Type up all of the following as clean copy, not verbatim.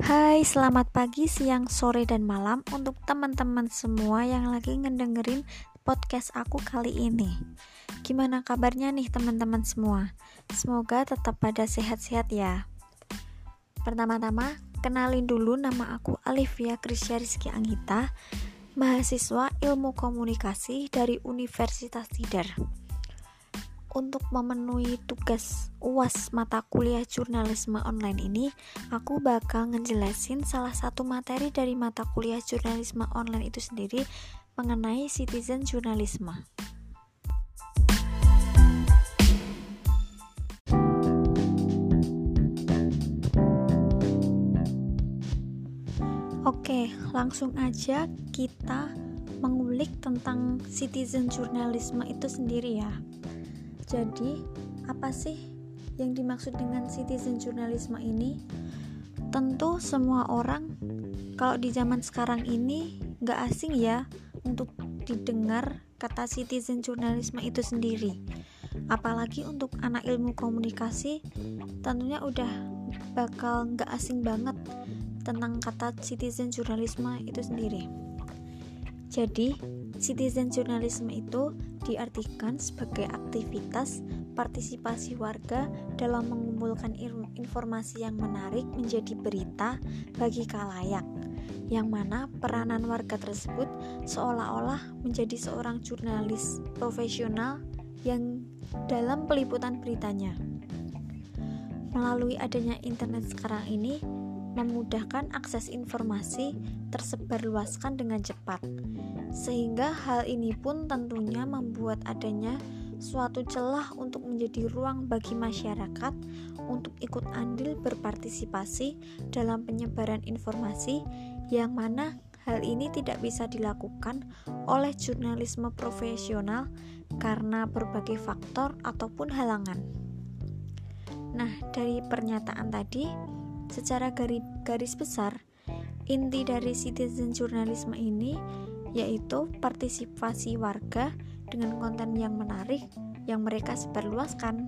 Hai, selamat pagi, siang, sore, dan malam untuk teman-teman semua yang lagi ngedengerin podcast aku kali ini. Gimana kabarnya nih teman-teman semua? Semoga tetap pada sehat-sehat ya. Pertama-tama, kenalin dulu, nama aku Alivia Krisya Rizky Anggita, mahasiswa Ilmu Komunikasi dari Universitas Tidar. Untuk memenuhi tugas UAS mata kuliah jurnalisme online ini, aku bakal ngejelasin salah satu materi dari mata kuliah jurnalisme online itu sendiri mengenai citizen jurnalisme. Oke, langsung aja kita mengulik tentang citizen jurnalisme itu sendiri ya. Jadi, apa sih yang dimaksud dengan citizen jurnalisme ini? Tentu semua orang kalau di zaman sekarang ini gak asing ya untuk didengar kata citizen jurnalisme itu sendiri. Apalagi untuk anak ilmu komunikasi, tentunya udah bakal gak asing banget tentang kata citizen jurnalisme itu sendiri. Jadi, citizen jurnalisme itu diartikan sebagai aktivitas partisipasi warga dalam mengumpulkan informasi yang menarik menjadi berita bagi khalayak, yang mana peranan warga tersebut seolah-olah menjadi seorang jurnalis profesional yang dalam peliputan beritanya. Melalui adanya internet sekarang ini, memudahkan akses informasi tersebarluaskan dengan cepat, sehingga hal ini pun tentunya membuat adanya suatu celah untuk menjadi ruang bagi masyarakat untuk ikut andil berpartisipasi dalam penyebaran informasi, yang mana hal ini tidak bisa dilakukan oleh jurnalisme profesional karena berbagai faktor ataupun halangan. Nah, dari pernyataan tadi, secara garis besar, inti dari citizen jurnalisme ini yaitu partisipasi warga dengan konten yang menarik yang mereka sebarluaskan.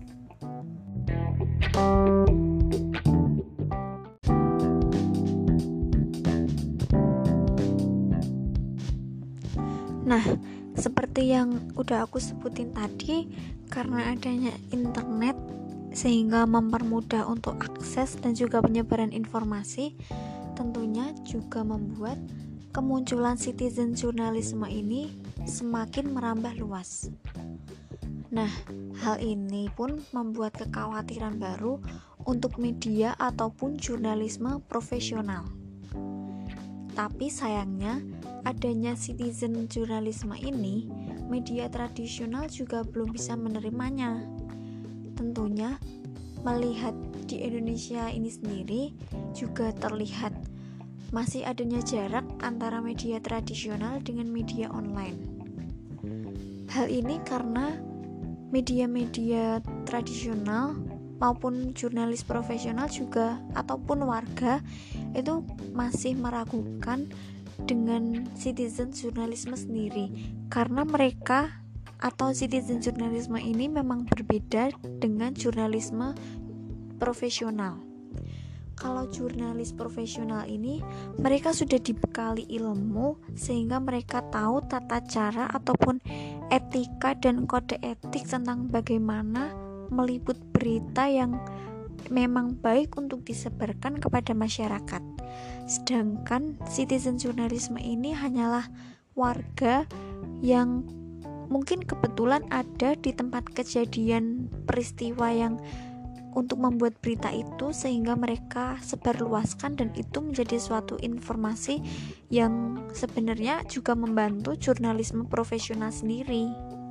Nah, seperti yang udah aku sebutin tadi, karena adanya internet sehingga mempermudah untuk akses dan juga penyebaran informasi, tentunya juga membuat kemunculan citizen jurnalisme ini semakin merambah luas. Nah, hal ini pun membuat kekhawatiran baru untuk media ataupun jurnalisme profesional. Tapi sayangnya, adanya citizen jurnalisme ini, media tradisional juga belum bisa menerimanya. Tentunya, melihat di Indonesia ini sendiri juga terlihat masih adanya jarak antara media tradisional dengan media online. Hal ini karena media-media tradisional maupun jurnalis profesional juga ataupun warga itu masih meragukan dengan citizen jurnalisme sendiri, karena mereka atau citizen jurnalisme ini memang berbeda dengan jurnalisme profesional. Kalau jurnalis profesional ini, mereka sudah dibekali ilmu sehingga mereka tahu tata cara ataupun etika dan kode etik tentang bagaimana meliput berita yang memang baik untuk disebarkan kepada masyarakat. Sedangkan citizen jurnalisme ini hanyalah warga yang mungkin kebetulan ada di tempat kejadian peristiwa yang untuk membuat berita itu, sehingga mereka sebarluaskan, dan itu menjadi suatu informasi yang sebenarnya juga membantu jurnalisme profesional sendiri.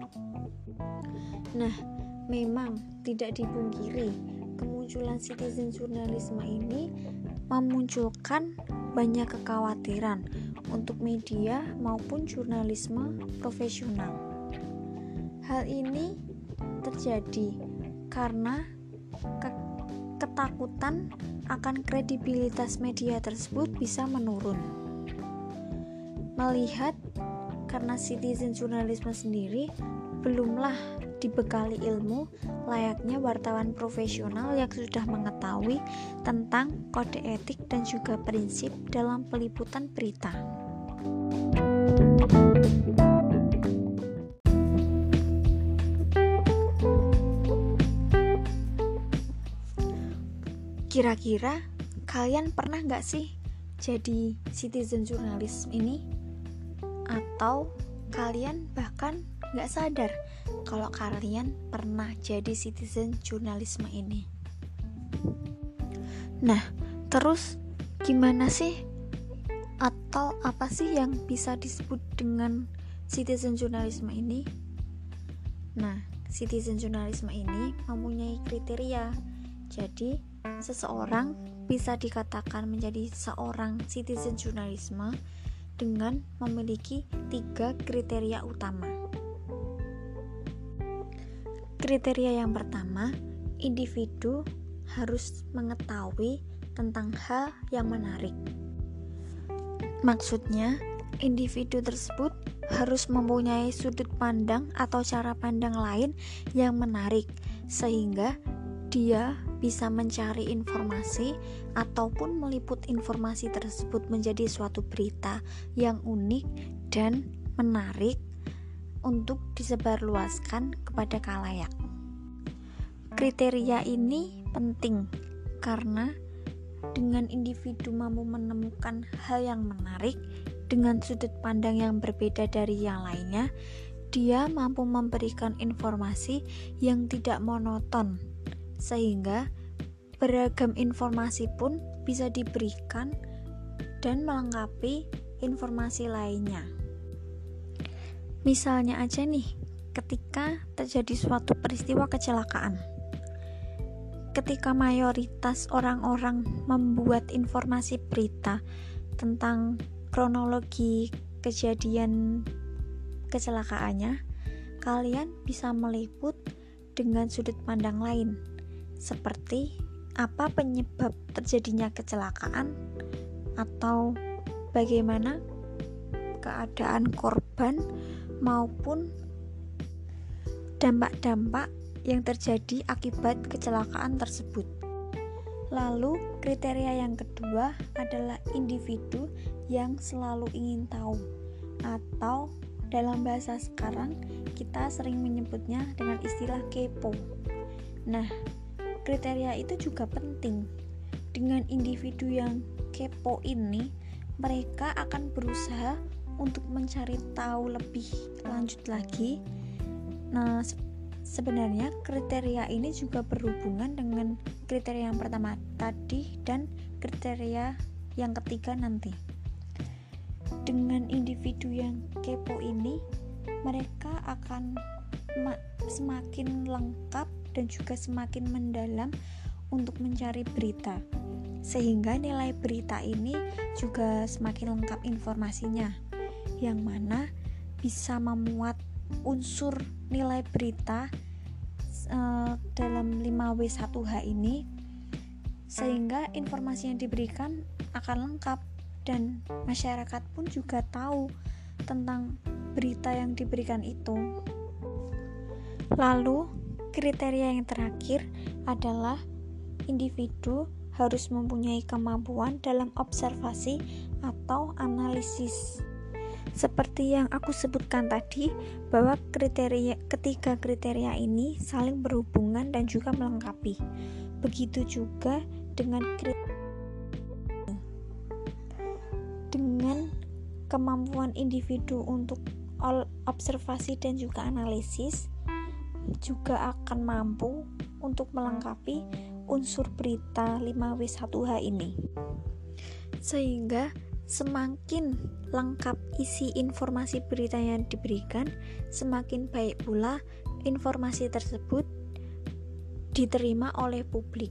Nah, memang tidak dipungkiri kemunculan citizen jurnalisme ini memunculkan banyak kekhawatiran untuk media maupun jurnalisme profesional. Hal ini terjadi karena ketakutan akan kredibilitas media tersebut bisa menurun. Melihat karena citizen jurnalisme sendiri belumlah dibekali ilmu layaknya wartawan profesional yang sudah mengetahui tentang kode etik dan juga prinsip dalam peliputan berita. Kira-kira kalian pernah nggak sih jadi citizen jurnalisme ini? Atau kalian bahkan nggak sadar kalau kalian pernah jadi citizen jurnalisme ini? Nah, terus gimana sih? Atau apa sih yang bisa disebut dengan citizen jurnalisme ini? Nah, citizen jurnalisme ini mempunyai kriteria. Jadi, seseorang bisa dikatakan menjadi seorang citizen jurnalisme dengan memiliki 3 kriteria utama. Kriteria yang pertama, individu harus mengetahui tentang hal yang menarik. Maksudnya, individu tersebut harus mempunyai sudut pandang atau cara pandang lain yang menarik, sehingga dia bisa mencari informasi ataupun meliput informasi tersebut menjadi suatu berita yang unik dan menarik untuk disebarluaskan kepada khalayak. Kriteria ini penting karena dengan individu mampu menemukan hal yang menarik dengan sudut pandang yang berbeda dari yang lainnya, dia mampu memberikan informasi yang tidak monoton, sehingga beragam informasi pun bisa diberikan dan melengkapi informasi lainnya. Misalnya aja nih, ketika terjadi suatu peristiwa kecelakaan, ketika mayoritas orang-orang membuat informasi berita tentang kronologi kejadian kecelakaannya, kalian bisa meliput dengan sudut pandang lain, seperti apa penyebab terjadinya kecelakaan atau bagaimana keadaan korban maupun dampak-dampak yang terjadi akibat kecelakaan tersebut. Lalu kriteria yang kedua adalah individu yang selalu ingin tahu, atau dalam bahasa sekarang kita sering menyebutnya dengan istilah kepo. Nah, kriteria itu juga penting. Dengan individu yang kepo ini, mereka akan berusaha untuk mencari tahu lebih lanjut lagi. Nah, sebenarnya kriteria ini juga berhubungan dengan kriteria yang pertama tadi dan kriteria yang ketiga nanti. Dengan individu yang kepo ini, mereka akan semakin lengkap dan juga semakin mendalam untuk mencari berita, sehingga nilai berita ini juga semakin lengkap informasinya, yang mana bisa memuat unsur nilai berita dalam 5W1H ini, sehingga informasi yang diberikan akan lengkap dan masyarakat pun juga tahu tentang berita yang diberikan itu. Lalu kriteria yang terakhir adalah individu harus mempunyai kemampuan dalam observasi atau analisis. Seperti yang aku sebutkan tadi, bahwa ketiga kriteria ini saling berhubungan dan juga melengkapi. Begitu juga dengan kemampuan individu untuk observasi dan juga analisis juga akan mampu untuk melengkapi unsur berita 5W1H ini, sehingga semakin lengkap isi informasi berita yang diberikan, semakin baik pula informasi tersebut diterima oleh publik.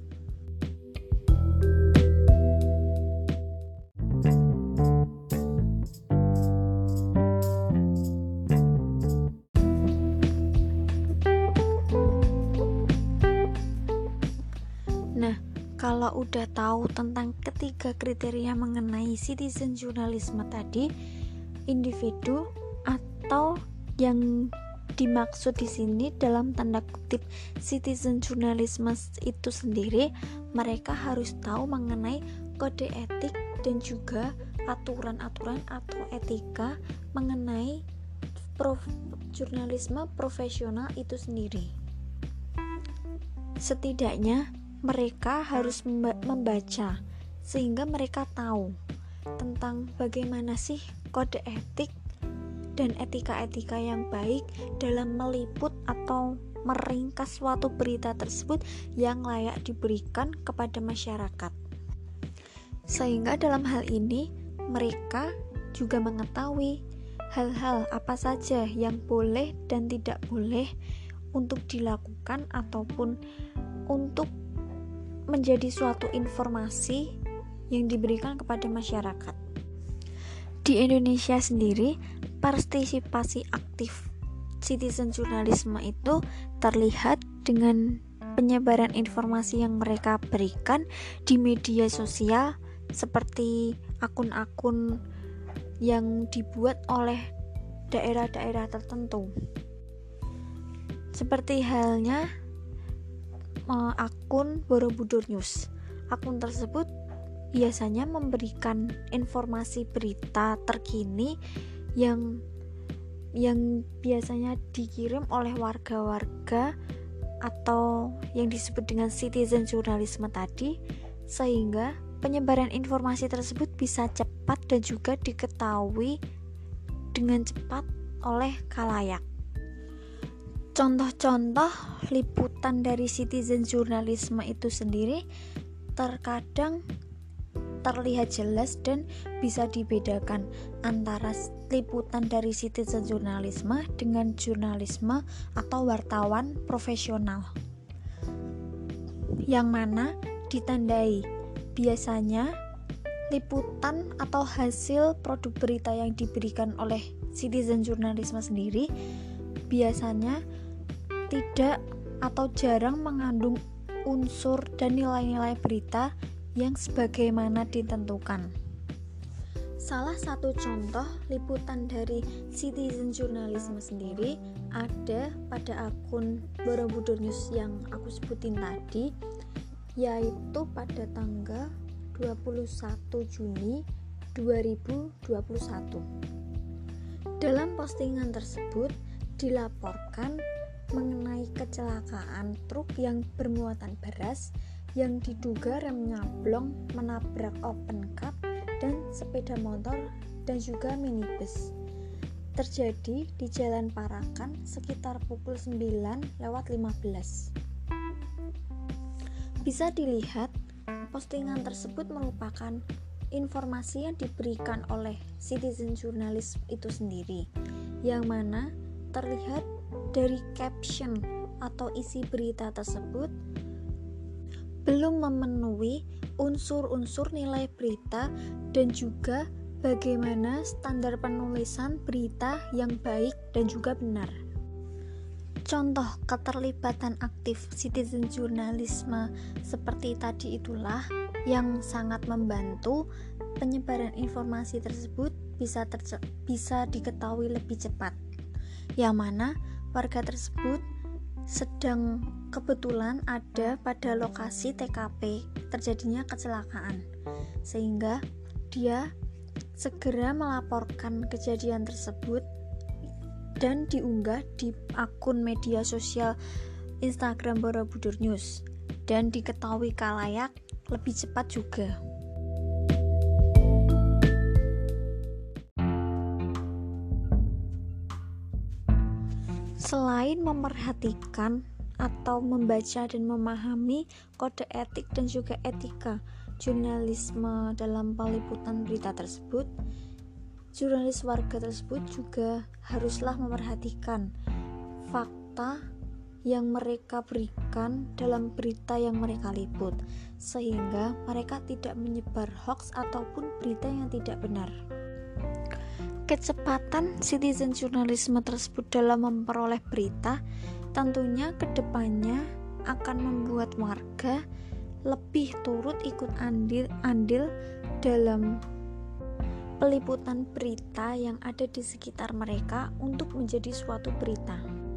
Nah, kalau udah tahu tentang ketiga kriteria mengenai citizen journalism tadi, individu atau yang dimaksud di sini dalam tanda kutip citizen journalism itu sendiri, mereka harus tahu mengenai kode etik dan juga aturan-aturan atau etika mengenai jurnalisme profesional itu sendiri. Setidaknya mereka harus membaca sehingga mereka tahu tentang bagaimana sih kode etik dan etika-etika yang baik dalam meliput atau meringkas suatu berita tersebut yang layak diberikan kepada masyarakat. Sehingga dalam hal ini mereka juga mengetahui hal-hal apa saja yang boleh dan tidak boleh untuk dilakukan ataupun untuk menjadi suatu informasi yang diberikan kepada masyarakat. Di Indonesia sendiri, partisipasi aktif citizen journalism itu terlihat dengan penyebaran informasi yang mereka berikan di media sosial seperti akun-akun yang dibuat oleh daerah-daerah tertentu. Seperti halnya akun Borobudur News. Akun tersebut biasanya memberikan informasi berita terkini yang biasanya dikirim oleh warga-warga atau yang disebut dengan citizen journalism tadi, sehingga penyebaran informasi tersebut bisa cepat dan juga diketahui dengan cepat oleh khalayak. Contoh-contoh liputan dari citizen journalism itu sendiri terkadang terlihat jelas dan bisa dibedakan antara liputan dari citizen journalism dengan jurnalisme atau wartawan profesional, yang mana ditandai biasanya liputan atau hasil produk berita yang diberikan oleh citizen journalism sendiri biasanya tidak atau jarang mengandung unsur dan nilai-nilai berita yang sebagaimana ditentukan. Salah satu contoh liputan dari citizen journalism sendiri ada pada akun Borobudur News yang aku sebutin tadi, yaitu pada tanggal 21 Juni 2021. Dalam postingan tersebut dilaporkan mengenai kecelakaan truk yang bermuatan beras yang diduga remnya blong menabrak open cab dan sepeda motor dan juga minibus. Terjadi di Jalan Parakan sekitar pukul 9:15. Bisa dilihat, postingan tersebut merupakan informasi yang diberikan oleh citizen journalist itu sendiri, yang mana terlihat dari caption atau isi berita tersebut belum memenuhi unsur-unsur nilai berita dan juga bagaimana standar penulisan berita yang baik dan juga benar. Contoh keterlibatan aktif citizen journalism seperti tadi itulah yang sangat membantu penyebaran informasi tersebut bisa diketahui lebih cepat, yang mana warga tersebut sedang kebetulan ada pada lokasi TKP terjadinya kecelakaan, sehingga dia segera melaporkan kejadian tersebut dan diunggah di akun media sosial Instagram Borobudur News dan diketahui khalayak lebih cepat juga. Selain memperhatikan atau membaca dan memahami kode etik dan juga etika jurnalisme dalam peliputan berita tersebut, jurnalis warga tersebut juga haruslah memperhatikan fakta yang mereka berikan dalam berita yang mereka liput, sehingga mereka tidak menyebar hoaks ataupun berita yang tidak benar. Kecepatan citizen journalism tersebut dalam memperoleh berita tentunya kedepannya akan membuat warga lebih turut ikut andil dalam peliputan berita yang ada di sekitar mereka untuk menjadi suatu berita.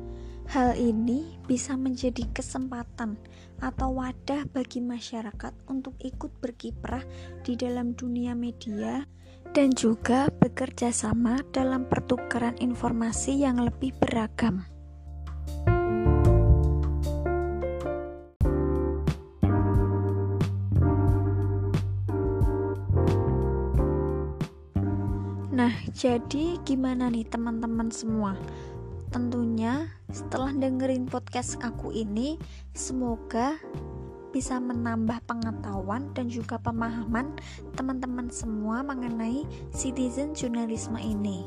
Hal ini bisa menjadi kesempatan atau wadah bagi masyarakat untuk ikut berkiprah di dalam dunia media dan juga bekerja sama dalam pertukaran informasi yang lebih beragam. Nah, jadi gimana nih teman-teman semua? Tentunya setelah dengerin podcast aku ini, semoga bisa menambah pengetahuan dan juga pemahaman teman-teman semua mengenai citizen jurnalisme ini.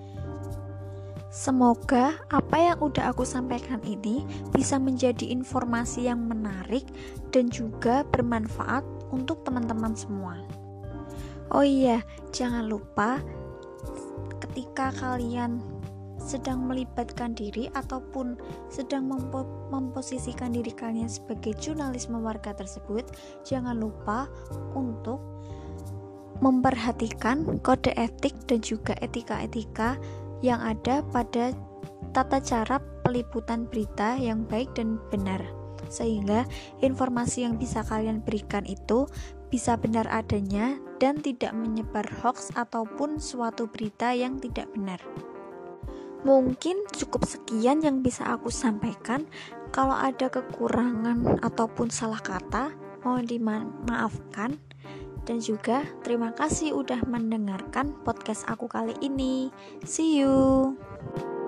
Semoga apa yang udah aku sampaikan ini bisa menjadi informasi yang menarik dan juga bermanfaat untuk teman-teman semua. Oh iya, jangan lupa ketika kalian sedang melibatkan diri ataupun sedang memposisikan diri kalian sebagai jurnalisme warga tersebut, jangan lupa untuk memperhatikan kode etik dan juga etika-etika yang ada pada tata cara peliputan berita yang baik dan benar, sehingga informasi yang bisa kalian berikan itu bisa benar adanya dan tidak menyebar hoax ataupun suatu berita yang tidak benar. Mungkin cukup sekian yang bisa aku sampaikan. Kalau ada kekurangan ataupun salah kata, mohon dimaafkan. Dan juga terima kasih udah mendengarkan podcast aku kali ini. See you.